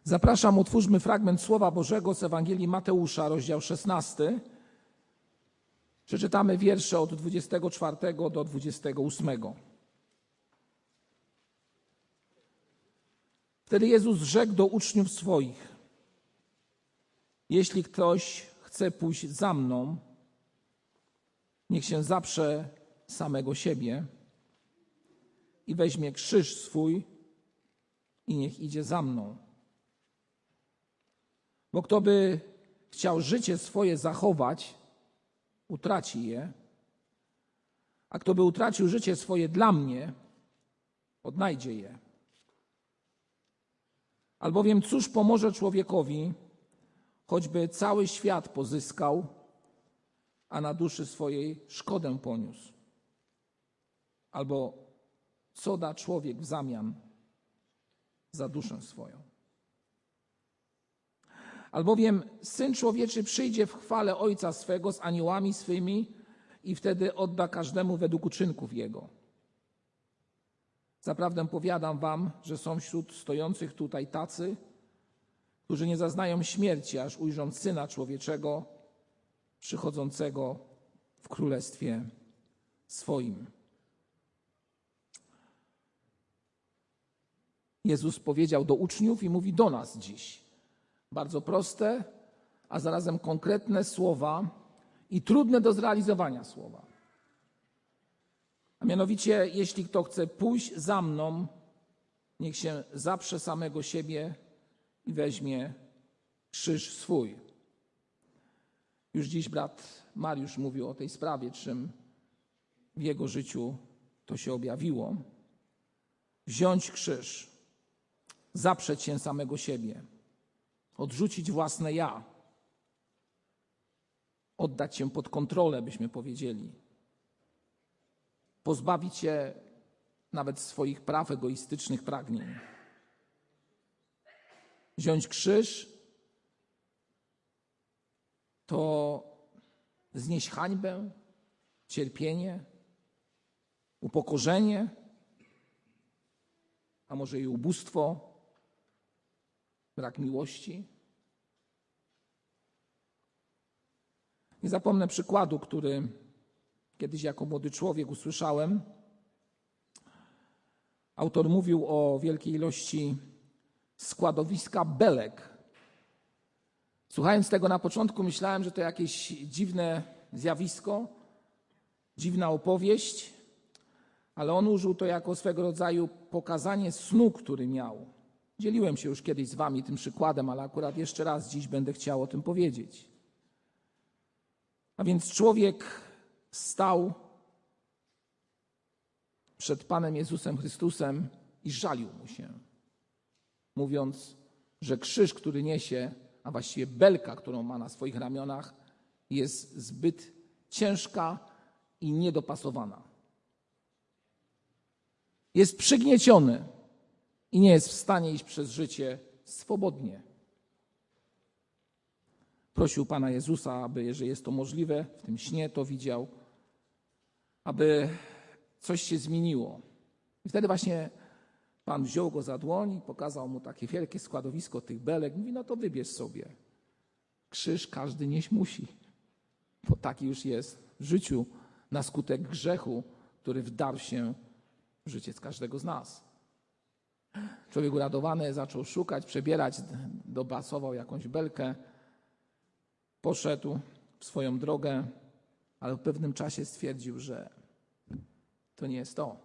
Zapraszam, otwórzmy fragment Słowa Bożego z Ewangelii Mateusza, rozdział 16. Przeczytamy wiersze od 24 do 28. Wtedy Jezus rzekł do uczniów swoich: jeśli ktoś chce pójść za mną, niech się zaprze samego siebie i weźmie krzyż swój i niech idzie za mną. Bo kto by chciał życie swoje zachować, utraci je, a kto by utracił życie swoje dla mnie, odnajdzie je. Albowiem cóż pomoże człowiekowi, choćby cały świat pozyskał, a na duszy swojej szkodę poniósł? Albo co da człowiek w zamian za duszę swoją? Albowiem Syn Człowieczy przyjdzie w chwale Ojca swego z aniołami swymi i wtedy odda każdemu według uczynków jego. Zaprawdę powiadam wam, że są wśród stojących tutaj tacy, którzy nie zaznają śmierci, aż ujrzą Syna Człowieczego przychodzącego w Królestwie swoim. Jezus powiedział do uczniów i mówi do nas dziś. Bardzo proste, a zarazem konkretne słowa i trudne do zrealizowania słowa. A mianowicie, jeśli kto chce pójść za mną, niech się zaprze samego siebie i weźmie krzyż swój. Już dziś brat Mariusz mówił o tej sprawie, czym w jego życiu to się objawiło. Wziąć krzyż, zaprzeć się samego siebie, odrzucić własne ja, oddać się pod kontrolę, byśmy powiedzieli, pozbawić się nawet swoich praw, egoistycznych pragnień. Wziąć krzyż to znieść hańbę, cierpienie, upokorzenie, a może i ubóstwo, brak miłości. Nie zapomnę przykładu, który kiedyś jako młody człowiek usłyszałem. Autor mówił o wielkiej ilości składowiska belek. Słuchając tego na początku myślałem, że to jakieś dziwne zjawisko, dziwna opowieść, ale on użył to jako swego rodzaju pokazanie snu, który miał. Dzieliłem się już kiedyś z wami tym przykładem, ale akurat jeszcze raz dziś będę chciał o tym powiedzieć. A więc człowiek stał przed Panem Jezusem Chrystusem i żalił mu się, mówiąc, że krzyż, który niesie, a właściwie belka, którą ma na swoich ramionach, jest zbyt ciężka i niedopasowana. Jest przygnieciony i nie jest w stanie iść przez życie swobodnie. Prosił Pana Jezusa, aby, jeżeli jest to możliwe, w tym śnie to widział, aby coś się zmieniło. I wtedy właśnie Pan wziął go za dłoń i pokazał mu takie wielkie składowisko tych belek. Mówi, no to wybierz sobie. Krzyż każdy nieść musi, bo taki już jest w życiu na skutek grzechu, który wdarł się w życie z każdego z nas. Człowiek uradowany zaczął szukać, przebierać, dopasował jakąś belkę, poszedł w swoją drogę, ale w pewnym czasie stwierdził, że to nie jest to.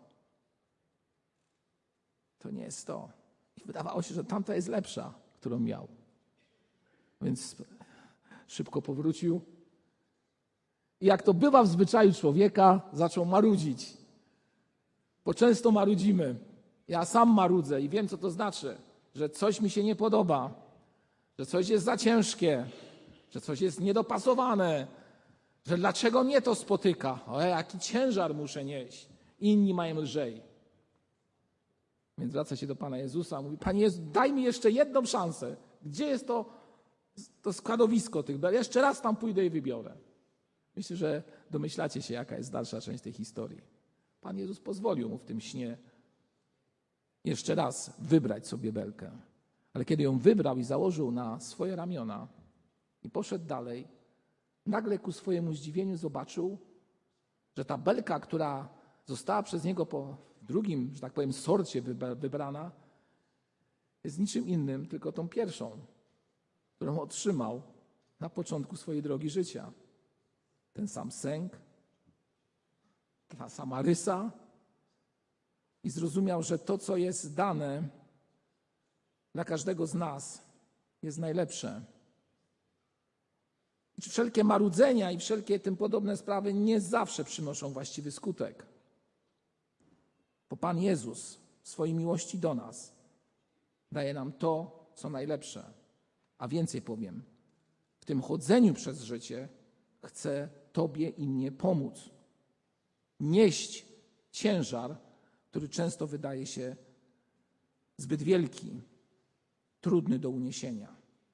To nie jest to. I wydawało się, że tamta jest lepsza, którą miał. Więc szybko powrócił. I jak to bywa w zwyczaju człowieka, zaczął marudzić. Bo często marudzimy. Ja sam marudzę i wiem, co to znaczy, że coś mi się nie podoba, że coś jest za ciężkie, że coś jest niedopasowane, że dlaczego mnie to spotyka? O, jaki ciężar muszę nieść. Inni mają lżej. Więc zwraca się do Pana Jezusa, mówi, Panie Jezu, daj mi jeszcze jedną szansę. Gdzie jest to składowisko tych belek? Jeszcze raz tam pójdę i wybiorę. Myślę, że domyślacie się, jaka jest dalsza część tej historii. Pan Jezus pozwolił mu w tym śnie jeszcze raz wybrać sobie belkę. Ale kiedy ją wybrał i założył na swoje ramiona i poszedł dalej, nagle ku swojemu zdziwieniu zobaczył, że ta belka, która została przez niego po drugim, że tak powiem, sorcie wybrana, jest niczym innym, tylko tą pierwszą, którą otrzymał na początku swojej drogi życia. Ten sam sęk, ta sama rysa i zrozumiał, że to, co jest dane dla każdego z nas, jest najlepsze. Wszelkie marudzenia i wszelkie tym podobne sprawy nie zawsze przynoszą właściwy skutek. Bo Pan Jezus w swojej miłości do nas daje nam to, co najlepsze. A więcej powiem, w tym chodzeniu przez życie chce Tobie i mnie pomóc. Nieść ciężar, który często wydaje się zbyt wielki, trudny do uniesienia.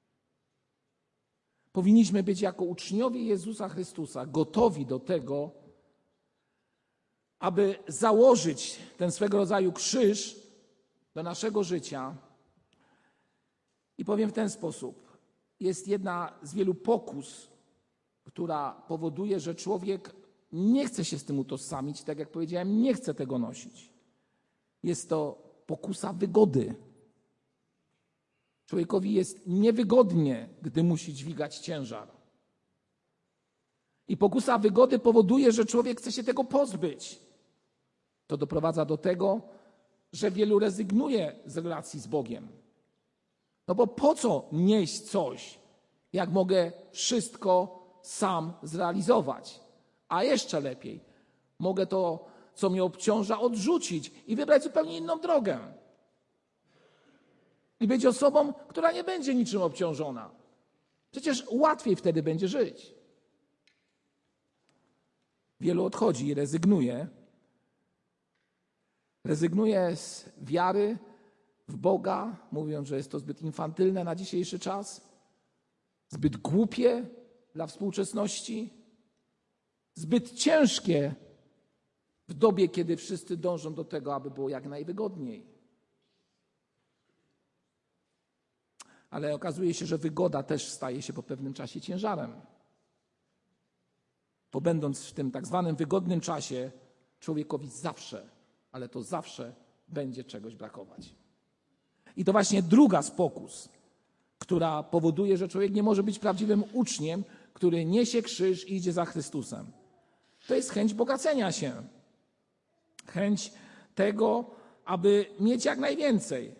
Powinniśmy być jako uczniowie Jezusa Chrystusa gotowi do tego, aby założyć ten swego rodzaju krzyż do naszego życia. I powiem w ten sposób. Jest jedna z wielu pokus, która powoduje, że człowiek nie chce się z tym utożsamić. Tak jak powiedziałem, nie chce tego nosić. Jest to pokusa wygody. Człowiekowi jest niewygodnie, gdy musi dźwigać ciężar. I pokusa wygody powoduje, że człowiek chce się tego pozbyć. To doprowadza do tego, że wielu rezygnuje z relacji z Bogiem. No bo po co nieść coś, jak mogę wszystko sam zrealizować? A jeszcze lepiej, mogę to, co mnie obciąża, odrzucić i wybrać zupełnie inną drogę. I być osobą, która nie będzie niczym obciążona. Przecież łatwiej wtedy będzie żyć. Wielu odchodzi i rezygnuje. Rezygnuje z wiary w Boga, mówiąc, że jest to zbyt infantylne na dzisiejszy czas, zbyt głupie dla współczesności, zbyt ciężkie w dobie, kiedy wszyscy dążą do tego, aby było jak najwygodniej. Ale okazuje się, że wygoda też staje się po pewnym czasie ciężarem. Bo będąc w tym tak zwanym wygodnym czasie, człowiekowi zawsze, ale to zawsze będzie czegoś brakować. I to właśnie druga z pokus, która powoduje, że człowiek nie może być prawdziwym uczniem, który niesie krzyż i idzie za Chrystusem. To jest chęć bogacenia się. Chęć tego, aby mieć jak najwięcej.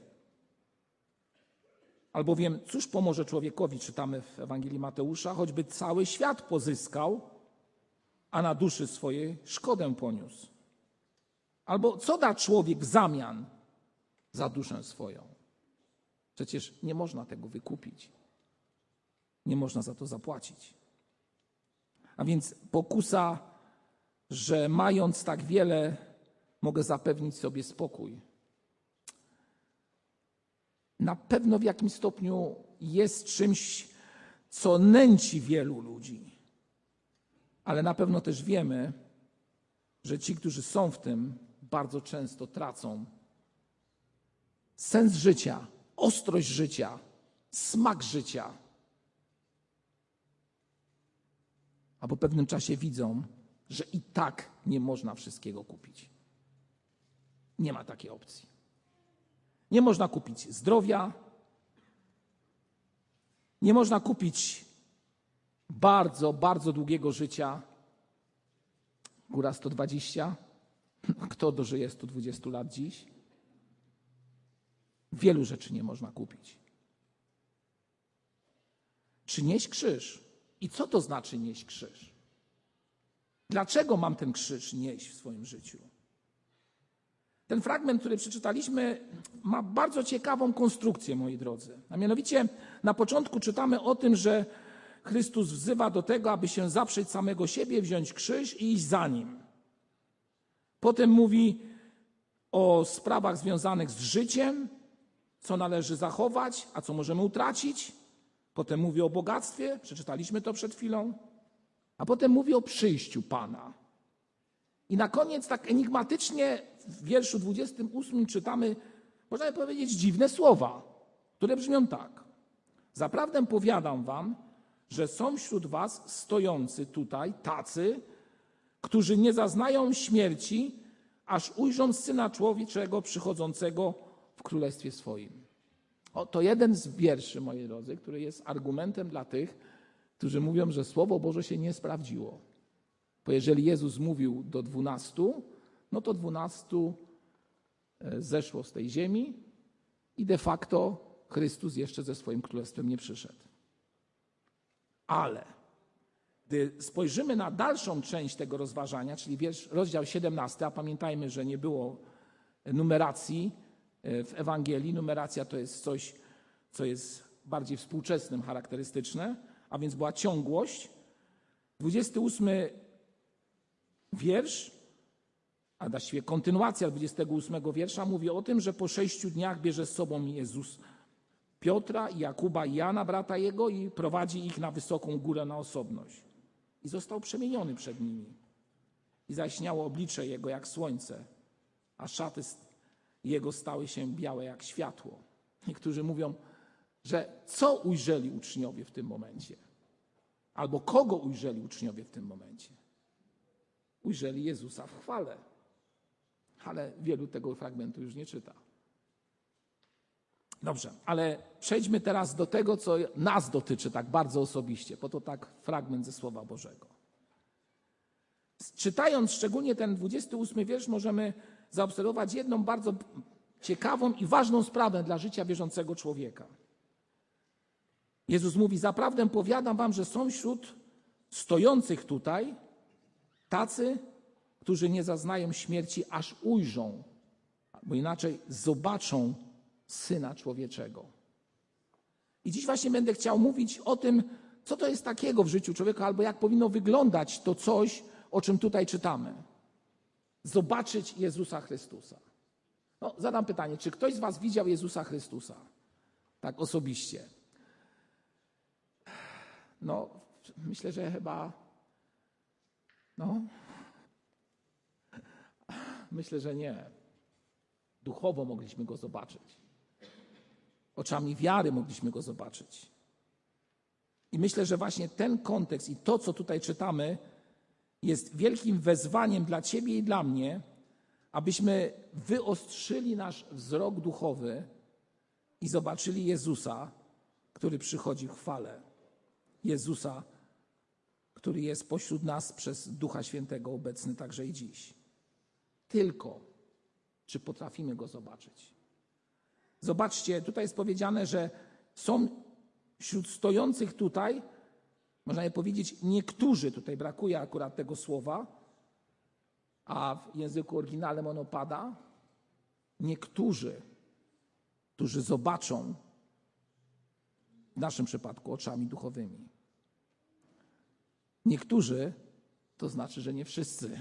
Albowiem cóż pomoże człowiekowi, czytamy w Ewangelii Mateusza, choćby cały świat pozyskał, a na duszy swojej szkodę poniósł. Albo co da człowiek w zamian za duszę swoją? Przecież nie można tego wykupić. Nie można za to zapłacić. A więc pokusa, że mając tak wiele, mogę zapewnić sobie spokój. Na pewno w jakimś stopniu jest czymś, co nęci wielu ludzi. Ale na pewno też wiemy, że ci, którzy są w tym, bardzo często tracą sens życia, ostrość życia, smak życia. A po pewnym czasie widzą, że i tak nie można wszystkiego kupić. Nie ma takiej opcji. Nie można kupić zdrowia, nie można kupić bardzo, bardzo długiego życia. Góra 120. Kto dożyje 120 lat dziś? Wielu rzeczy nie można kupić. Czy nieść krzyż? I co to znaczy nieść krzyż? Dlaczego mam ten krzyż nieść w swoim życiu? Ten fragment, który przeczytaliśmy, ma bardzo ciekawą konstrukcję, moi drodzy. A mianowicie na początku czytamy o tym, że Chrystus wzywa do tego, aby się zaprzeć samego siebie, wziąć krzyż i iść za Nim. Potem mówi o sprawach związanych z życiem, co należy zachować, a co możemy utracić. Potem mówi o bogactwie, przeczytaliśmy to przed chwilą. A potem mówi o przyjściu Pana. I na koniec tak enigmatycznie w wierszu 28 czytamy, można powiedzieć, dziwne słowa, które brzmią tak. Zaprawdę powiadam wam, że są wśród was stojący tutaj tacy, którzy nie zaznają śmierci, aż ujrzą Syna Człowieczego przychodzącego w Królestwie swoim. To jeden z wierszy, moi drodzy, który jest argumentem dla tych, którzy mówią, że Słowo Boże się nie sprawdziło. Bo jeżeli Jezus mówił do 12, no to 12 zeszło z tej ziemi i de facto Chrystus jeszcze ze swoim królestwem nie przyszedł. Ale gdy spojrzymy na dalszą część tego rozważania, czyli rozdział 17, a pamiętajmy, że nie było numeracji w Ewangelii. Numeracja to jest coś, co jest bardziej współczesnym, charakterystyczne, a więc była ciągłość. 28 wiersz, a właściwie kontynuacja 28 wiersza mówi o tym, że po 6 dniach bierze z sobą Jezus Piotra, Jakuba i Jana, brata jego, i prowadzi ich na wysoką górę na osobność. I został przemieniony przed nimi. I zaśniało oblicze jego jak słońce, a szaty jego stały się białe jak światło. Niektórzy mówią, że co ujrzeli uczniowie w tym momencie? Albo kogo ujrzeli uczniowie w tym momencie? Ujrzeli Jezusa w chwale. Ale wielu tego fragmentu już nie czyta. Dobrze, ale przejdźmy teraz do tego, co nas dotyczy tak bardzo osobiście, bo to tak fragment ze Słowa Bożego. Czytając szczególnie ten 28 wiersz, możemy zaobserwować jedną bardzo ciekawą i ważną sprawę dla życia wierzącego człowieka. Jezus mówi, zaprawdę powiadam wam, że są wśród stojących tutaj tacy, którzy nie zaznają śmierci, aż ujrzą, bo inaczej zobaczą Syna Człowieczego. I dziś właśnie będę chciał mówić o tym, co to jest takiego w życiu człowieka, albo jak powinno wyglądać to coś, o czym tutaj czytamy. Zobaczyć Jezusa Chrystusa. No, zadam pytanie, czy ktoś z was widział Jezusa Chrystusa? Tak osobiście. No, myślę, że chyba... Myślę, że nie. Duchowo mogliśmy Go zobaczyć. Oczami wiary mogliśmy Go zobaczyć. I myślę, że właśnie ten kontekst i to, co tutaj czytamy, jest wielkim wezwaniem dla ciebie i dla mnie, abyśmy wyostrzyli nasz wzrok duchowy i zobaczyli Jezusa, który przychodzi w chwale. Jezusa, który jest pośród nas przez Ducha Świętego obecny także i dziś. Tylko, czy potrafimy Go zobaczyć? Zobaczcie, tutaj jest powiedziane, że są wśród stojących tutaj, można by powiedzieć, niektórzy, tutaj brakuje akurat tego słowa, a w języku oryginalnym ono pada, niektórzy, którzy zobaczą, w naszym przypadku oczami duchowymi. Niektórzy, to znaczy, że nie wszyscy.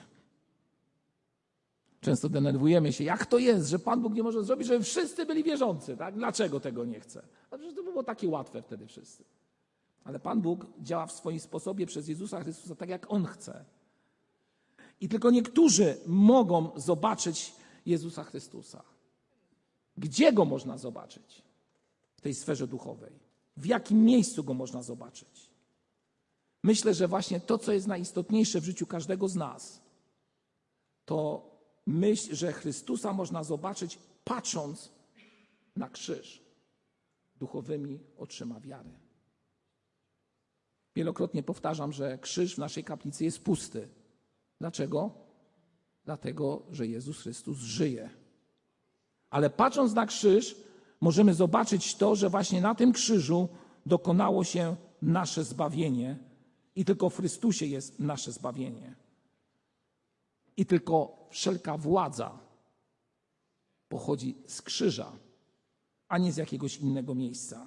Często denerwujemy się, jak to jest, że Pan Bóg nie może zrobić, żeby wszyscy byli wierzący, tak? Dlaczego tego nie chce? No przecież to by było takie łatwe wtedy wszyscy. Ale Pan Bóg działa w swoim sposobie przez Jezusa Chrystusa tak, jak On chce. I tylko niektórzy mogą zobaczyć Jezusa Chrystusa. Gdzie Go można zobaczyć? W tej sferze duchowej. W jakim miejscu Go można zobaczyć? Myślę, że właśnie to, co jest najistotniejsze w życiu każdego z nas, to myśl, że Chrystusa można zobaczyć patrząc na krzyż duchowymi oczyma wiary. Wielokrotnie powtarzam, że krzyż w naszej kaplicy jest pusty. Dlaczego? Dlatego, że Jezus Chrystus żyje. Ale patrząc na krzyż, możemy zobaczyć to, że właśnie na tym krzyżu dokonało się nasze zbawienie i tylko w Chrystusie jest nasze zbawienie. I tylko wszelka władza pochodzi z krzyża, a nie z jakiegoś innego miejsca.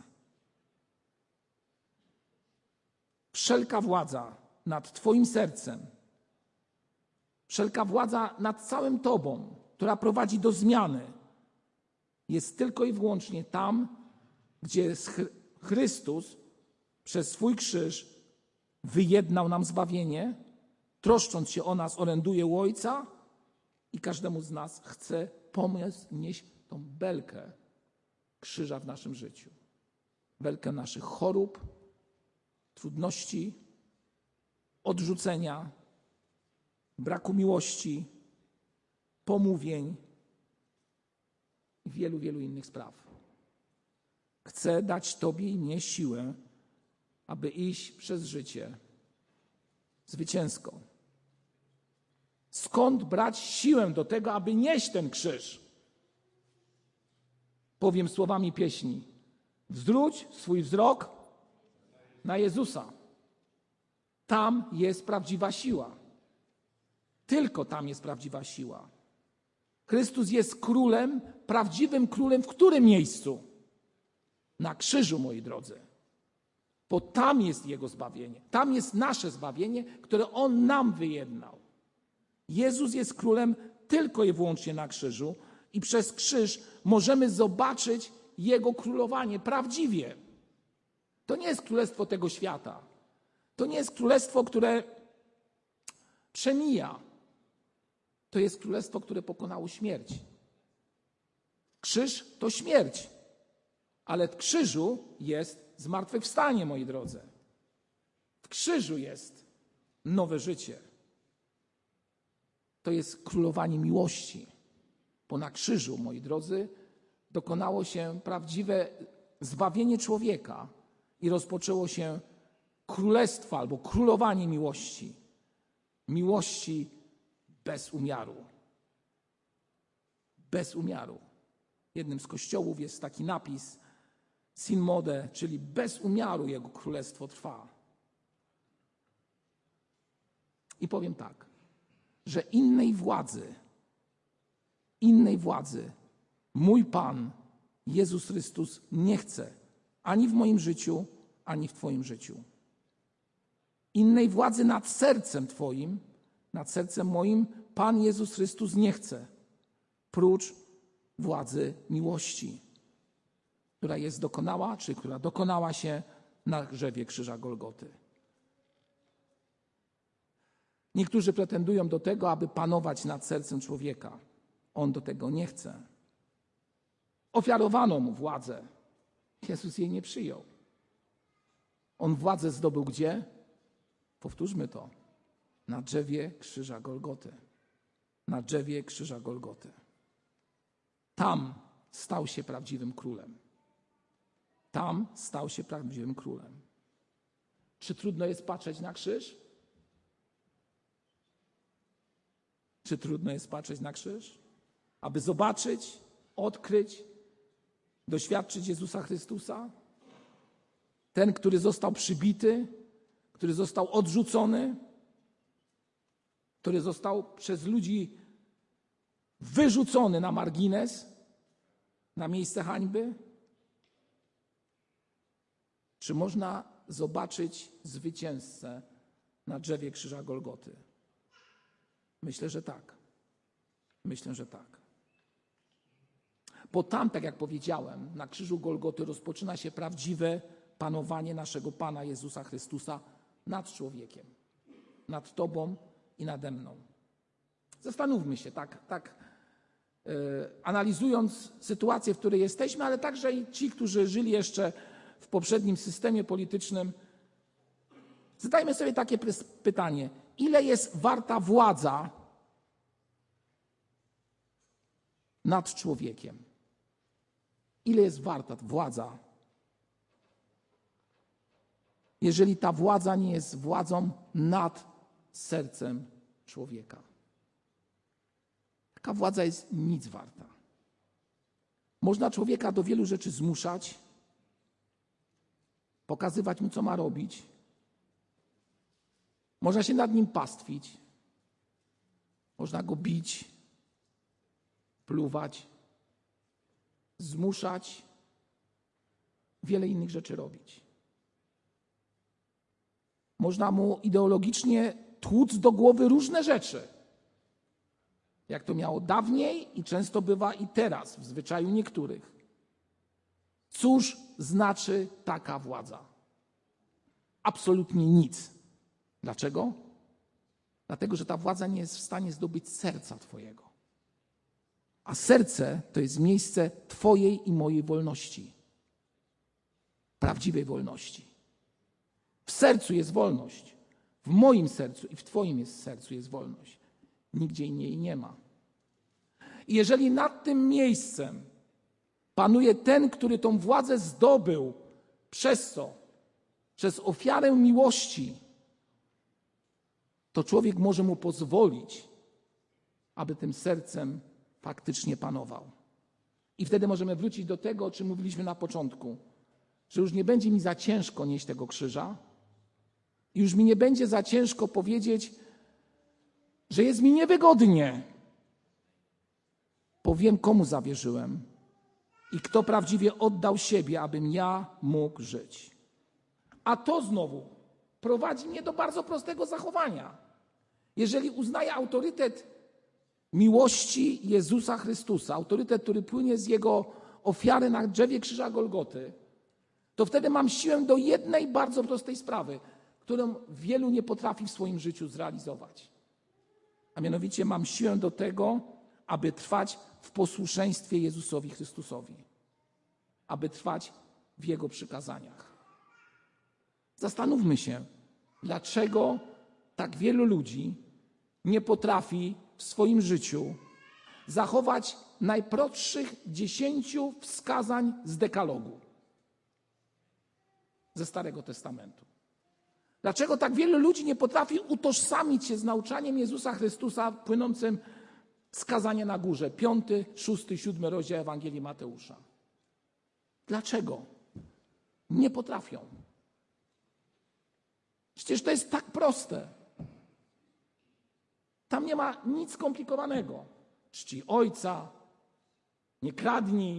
Wszelka władza nad twoim sercem, wszelka władza nad całym tobą, która prowadzi do zmiany, jest tylko i wyłącznie tam, gdzie Chrystus przez swój krzyż wyjednał nam zbawienie, troszcząc się o nas, oręduje u Ojca i każdemu z nas chce pomóc nieść tą belkę krzyża w naszym życiu. welkę naszych chorób, trudności, odrzucenia, braku miłości, pomówień i wielu, wielu innych spraw. Chcę dać Tobie i mnie siłę, aby iść przez życie zwycięsko. Skąd brać siłę do tego, aby nieść ten krzyż? Powiem słowami pieśni. Zwróć swój wzrok na Jezusa. Tam jest prawdziwa siła. Tylko tam jest prawdziwa siła. Chrystus jest królem, prawdziwym królem w którym miejscu? Na krzyżu, moi drodzy. Bo tam jest Jego zbawienie. Tam jest nasze zbawienie, które On nam wyjednał. Jezus jest królem tylko i wyłącznie na krzyżu i przez krzyż możemy zobaczyć Jego królowanie prawdziwie. To nie jest królestwo tego świata. To nie jest królestwo, które przemija. To jest królestwo, które pokonało śmierć. Krzyż to śmierć, ale w krzyżu jest zmartwychwstanie, moi drodzy. W krzyżu jest nowe życie. To jest królowanie miłości. Bo na krzyżu, moi drodzy, dokonało się prawdziwe zbawienie człowieka i rozpoczęło się królestwo albo królowanie miłości. Miłości bez umiaru. Bez umiaru. W jednym z kościołów jest taki napis sin mode, czyli bez umiaru Jego królestwo trwa. I powiem tak, że innej władzy mój Pan Jezus Chrystus nie chce ani w moim życiu, ani w Twoim życiu. Innej władzy nad sercem Twoim, nad sercem moim Pan Jezus Chrystus nie chce, prócz władzy miłości, która jest dokonała, czy która dokonała się na drzewie krzyża Golgoty. Niektórzy pretendują do tego, aby panować nad sercem człowieka. On do tego nie chce. Ofiarowano mu władzę. Jezus jej nie przyjął. On władzę zdobył gdzie? Powtórzmy to. Na drzewie krzyża Golgoty. Na drzewie krzyża Golgoty. Tam stał się prawdziwym królem. Tam stał się prawdziwym królem. Czy trudno jest patrzeć na krzyż? Czy trudno jest patrzeć na krzyż? Aby zobaczyć, odkryć, doświadczyć Jezusa Chrystusa? Ten, który został przybity, który został odrzucony, który został przez ludzi wyrzucony na margines, na miejsce hańby? Czy można zobaczyć zwycięzcę na drzewie krzyża Golgoty? Myślę, że tak. Myślę, że tak. Bo tam, tak jak powiedziałem, na krzyżu Golgoty rozpoczyna się prawdziwe panowanie naszego Pana Jezusa Chrystusa nad człowiekiem, nad Tobą i nade mną. Zastanówmy się, analizując sytuację, w której jesteśmy, ale także i ci, którzy żyli jeszcze w poprzednim systemie politycznym. Zadajmy sobie takie pytanie. Ile jest warta władza nad człowiekiem? Ile jest warta władza, jeżeli ta władza nie jest władzą nad sercem człowieka? Taka władza jest nic warta. Można człowieka do wielu rzeczy zmuszać, pokazywać mu, co ma robić. Można się nad nim pastwić. Można go bić, pluwać, zmuszać, wiele innych rzeczy robić. Można mu ideologicznie tłuc do głowy różne rzeczy. Jak to miało dawniej i często bywa i teraz w zwyczaju niektórych. Cóż znaczy taka władza? Absolutnie nic. Dlaczego? Dlatego, że ta władza nie jest w stanie zdobyć serca Twojego. A serce to jest miejsce Twojej i mojej wolności. prawdziwej wolności. W sercu jest wolność. W moim sercu i w twoim sercu jest wolność. Nigdzie indziej jej nie ma. I jeżeli nad tym miejscem panuje ten, który tą władzę zdobył, przez co? Przez ofiarę miłości, to człowiek może mu pozwolić, aby tym sercem faktycznie panował. I wtedy możemy wrócić do tego, o czym mówiliśmy na początku, że już nie będzie mi za ciężko nieść tego krzyża i już mi nie będzie za ciężko powiedzieć, że jest mi niewygodnie, bo wiem, komu zawierzyłem i kto prawdziwie oddał siebie, abym ja mógł żyć. A to znowu prowadzi mnie do bardzo prostego zachowania. Jeżeli uznaję autorytet miłości Jezusa Chrystusa, autorytet, który płynie z Jego ofiary na drzewie krzyża Golgoty, to wtedy mam siłę do jednej bardzo prostej sprawy, którą wielu nie potrafi w swoim życiu zrealizować. A mianowicie mam siłę do tego, aby trwać w posłuszeństwie Jezusowi Chrystusowi, aby trwać w Jego przykazaniach. Zastanówmy się, dlaczego tak wielu ludzi nie potrafi w swoim życiu zachować najprostszych 10 wskazań z dekalogu ze Starego Testamentu. Dlaczego tak wielu ludzi nie potrafi utożsamić się z nauczaniem Jezusa Chrystusa płynącym z kazania na górze, 5, 6, 7 rozdział Ewangelii Mateusza? Dlaczego? Nie potrafią. Przecież to jest tak proste. Tam nie ma nic skomplikowanego. Czci ojca, nie kradnij,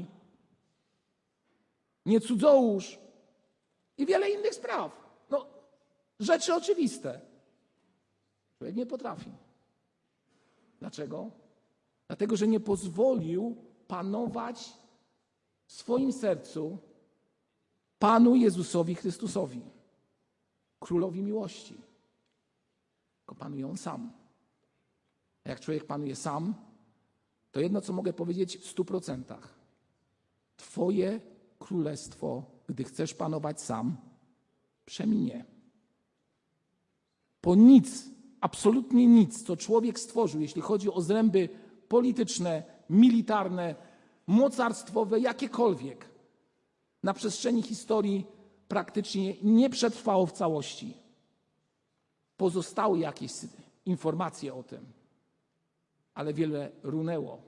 nie cudzołóż i wiele innych spraw. Rzeczy oczywiste. Człowiek nie potrafi. Dlaczego? Dlatego, że nie pozwolił panować w swoim sercu Panu Jezusowi Chrystusowi, Królowi miłości. Tylko panuje On sam. A jak człowiek panuje sam, to jedno, co mogę powiedzieć w 100%. Twoje królestwo, gdy chcesz panować sam, przeminie. Po nic, absolutnie nic, co człowiek stworzył, jeśli chodzi o zręby polityczne, militarne, mocarstwowe, jakiekolwiek, na przestrzeni historii praktycznie nie przetrwało w całości. Pozostały jakieś informacje o tym, ale wiele runęło.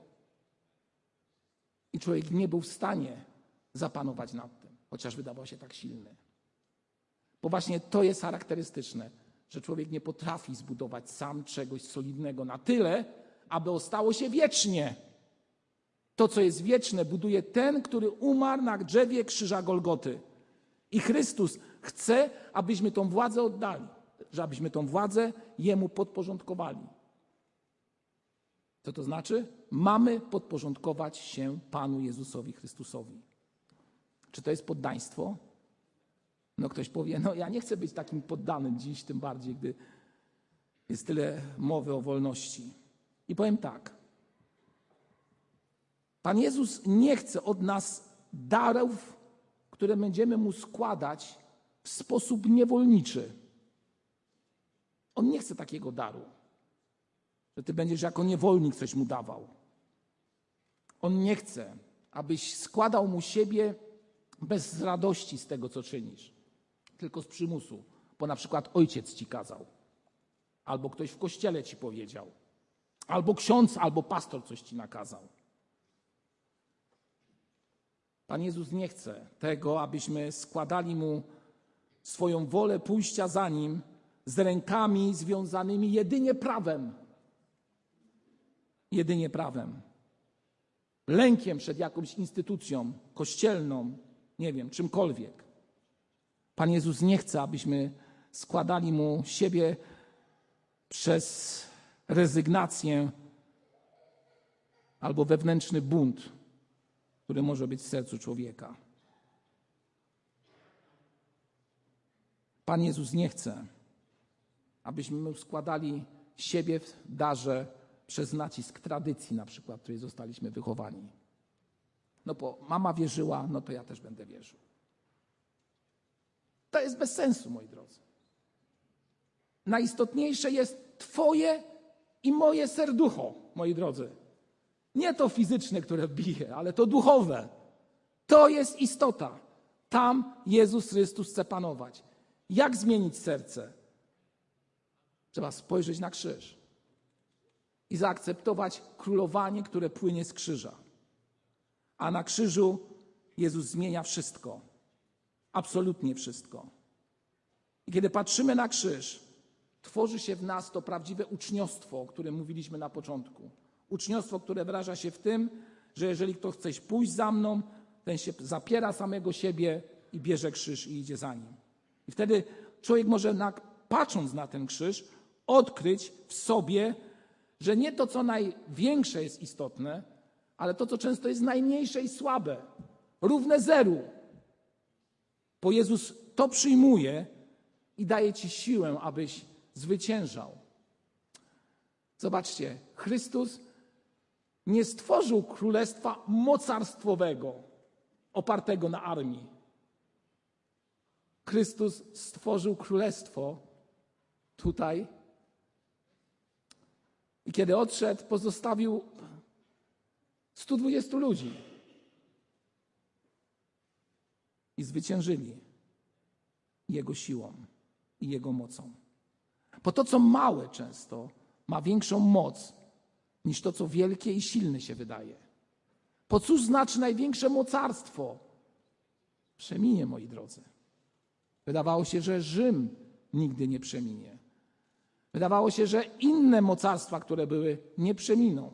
I człowiek nie był w stanie zapanować nad tym, chociaż wydawał się tak silny. Bo właśnie to jest charakterystyczne, że człowiek nie potrafi zbudować sam czegoś solidnego na tyle, aby ostało się wiecznie. To, co jest wieczne, buduje ten, który umarł na drzewie krzyża Golgoty. I Chrystus chce, abyśmy tą władzę oddali, żebyśmy tą władzę Jemu podporządkowali. Co to znaczy? Mamy podporządkować się Panu Jezusowi Chrystusowi. Czy to jest poddaństwo? Ktoś powie, ja nie chcę być takim poddanym dziś, tym bardziej, gdy jest tyle mowy o wolności. I powiem tak. Pan Jezus nie chce od nas darów, które będziemy Mu składać w sposób niewolniczy. On nie chce takiego daru, że ty będziesz jako niewolnik coś Mu dawał. On nie chce, abyś składał Mu siebie bez radości z tego, co czynisz, tylko z przymusu, bo na przykład ojciec ci kazał, albo ktoś w kościele ci powiedział, albo ksiądz, albo pastor coś ci nakazał. Pan Jezus nie chce tego, abyśmy składali Mu swoją wolę pójścia za Nim z rękami związanymi jedynie prawem. Jedynie prawem. Lękiem przed jakąś instytucją kościelną, nie wiem, czymkolwiek. Pan Jezus nie chce, abyśmy składali Mu siebie przez rezygnację albo wewnętrzny bunt, który może być w sercu człowieka. Pan Jezus nie chce, abyśmy Mu składali siebie w darze przez nacisk tradycji, na przykład, w której zostaliśmy wychowani. Bo mama wierzyła, to ja też będę wierzył. To jest bez sensu, moi drodzy. Najistotniejsze jest twoje i moje serducho, moi drodzy. Nie to fizyczne, które bije, ale to duchowe. To jest istota. Tam Jezus Chrystus chce panować. Jak zmienić serce? Trzeba spojrzeć na krzyż i zaakceptować królowanie, które płynie z krzyża. A na krzyżu Jezus zmienia wszystko. Absolutnie wszystko. I kiedy patrzymy na krzyż, tworzy się w nas to prawdziwe uczniostwo, o którym mówiliśmy na początku. Uczniostwo, które wyraża się w tym, że jeżeli ktoś chce pójść za mną, ten się zapiera samego siebie i bierze krzyż i idzie za nim. I wtedy człowiek może, patrząc na ten krzyż, odkryć w sobie, że nie to, co największe jest istotne, ale to, co często jest najmniejsze i słabe, równe zeru. Bo Jezus to przyjmuje i daje ci siłę, abyś zwyciężał. Zobaczcie, Chrystus nie stworzył królestwa mocarstwowego, opartego na armii. Chrystus stworzył królestwo tutaj i kiedy odszedł, pozostawił 120 ludzi. I zwyciężyli Jego siłą i Jego mocą. Bo to, co małe często, ma większą moc niż to, co wielkie i silne się wydaje. Bo cóż znaczy największe mocarstwo? Przeminie, moi drodzy. Wydawało się, że Rzym nigdy nie przeminie. Wydawało się, że inne mocarstwa, które były, nie przeminą.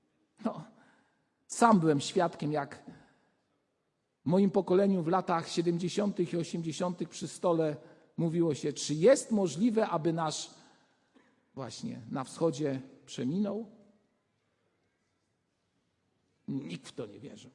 Sam byłem świadkiem, jak w moim pokoleniu w latach 70. i 80. przy stole mówiło się, czy jest możliwe, aby nasz właśnie na wschodzie przeminął? Nikt w to nie wierzył.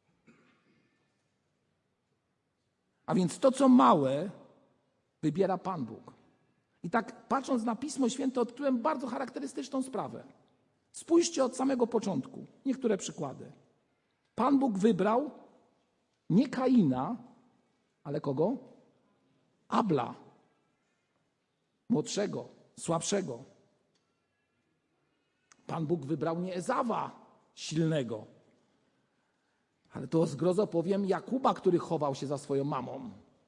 A więc to, co małe, wybiera Pan Bóg. I tak patrząc na Pismo Święte, odkryłem bardzo charakterystyczną sprawę. Spójrzcie od samego początku. Niektóre przykłady. Pan Bóg wybrał nie Kaina, ale kogo? Abla. Młodszego, słabszego. Pan Bóg wybrał nie Ezawa, silnego, ale to o zgrozo powiem Jakuba, który chował się za swoją mamą.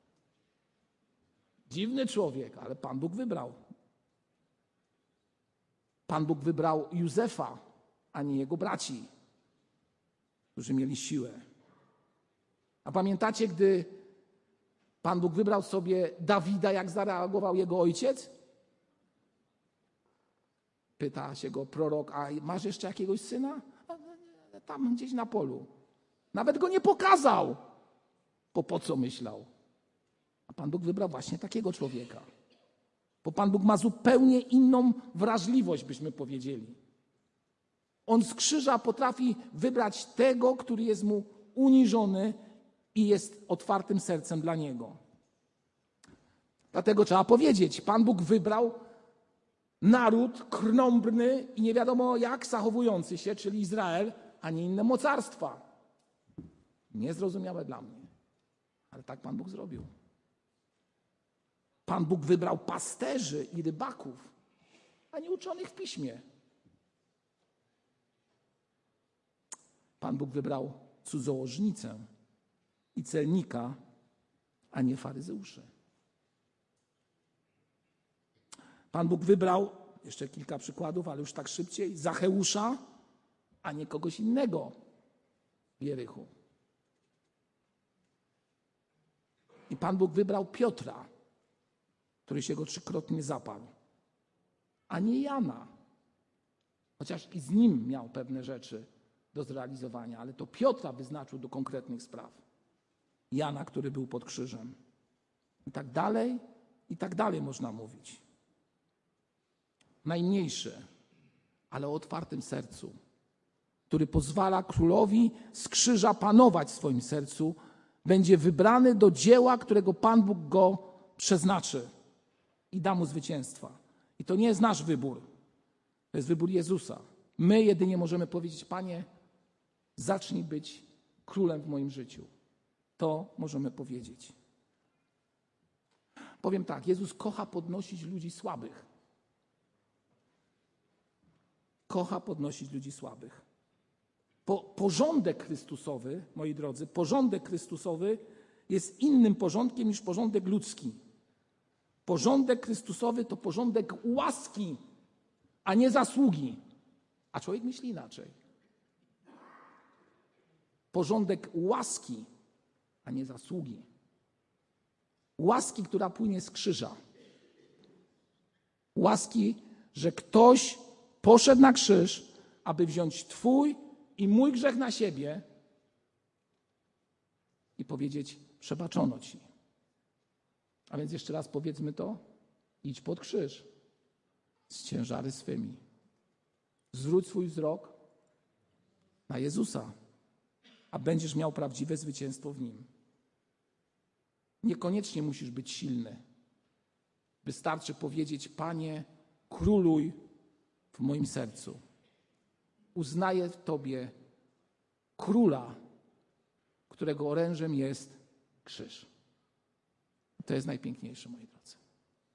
Dziwny człowiek, ale Pan Bóg wybrał. Pan Bóg wybrał Józefa, a nie jego braci, którzy mieli siłę. A pamiętacie, gdy Pan Bóg wybrał sobie Dawida, jak zareagował jego ojciec? Pyta się go prorok, a masz jeszcze jakiegoś syna? Tam gdzieś na polu. Nawet go nie pokazał, bo po co myślał? A Pan Bóg wybrał właśnie takiego człowieka. Bo Pan Bóg ma zupełnie inną wrażliwość, byśmy powiedzieli. On z krzyża potrafi wybrać tego, który jest mu uniżony i jest otwartym sercem dla Niego. Dlatego trzeba powiedzieć, Pan Bóg wybrał naród krnąbrny i nie wiadomo jak zachowujący się, czyli Izrael, a nie inne mocarstwa. Niezrozumiałe dla mnie, ale tak Pan Bóg zrobił. Pan Bóg wybrał pasterzy i rybaków, a nie uczonych w piśmie. Pan Bóg wybrał cudzołożnicę i celnika, a nie faryzeuszy. Pan Bóg wybrał, jeszcze kilka przykładów, ale już tak szybciej, Zacheusza, a nie kogoś innego w Jerichu. I Pan Bóg wybrał Piotra, który się go 3-krotnie zaparł, a nie Jana. Chociaż i z nim miał pewne rzeczy do zrealizowania, ale to Piotra wyznaczył do konkretnych spraw. Jana, który był pod krzyżem. I tak dalej można mówić. Najmniejszy, ale o otwartym sercu, który pozwala królowi z krzyża panować w swoim sercu, będzie wybrany do dzieła, którego Pan Bóg go przeznaczy i da mu zwycięstwa. I to nie jest nasz wybór, to jest wybór Jezusa. My jedynie możemy powiedzieć, Panie, zacznij być królem w moim życiu. To możemy powiedzieć. Powiem tak, Jezus kocha podnosić ludzi słabych. Kocha podnosić ludzi słabych. Porządek Chrystusowy, moi drodzy, porządek Chrystusowy jest innym porządkiem niż porządek ludzki. Porządek Chrystusowy to porządek łaski, a nie zasługi. A człowiek myśli inaczej. Porządek łaski, a nie zasługi. Łaski, która płynie z krzyża. Łaski, że ktoś poszedł na krzyż, aby wziąć twój i mój grzech na siebie i powiedzieć: przebaczono ci. A więc jeszcze raz powiedzmy to: idź pod krzyż z ciężary swymi. Zwróć swój wzrok na Jezusa, a będziesz miał prawdziwe zwycięstwo w Nim. Niekoniecznie musisz być silny. Wystarczy powiedzieć: Panie, króluj w moim sercu. Uznaję w Tobie króla, którego orężem jest krzyż. To jest najpiękniejsze, moi drodzy.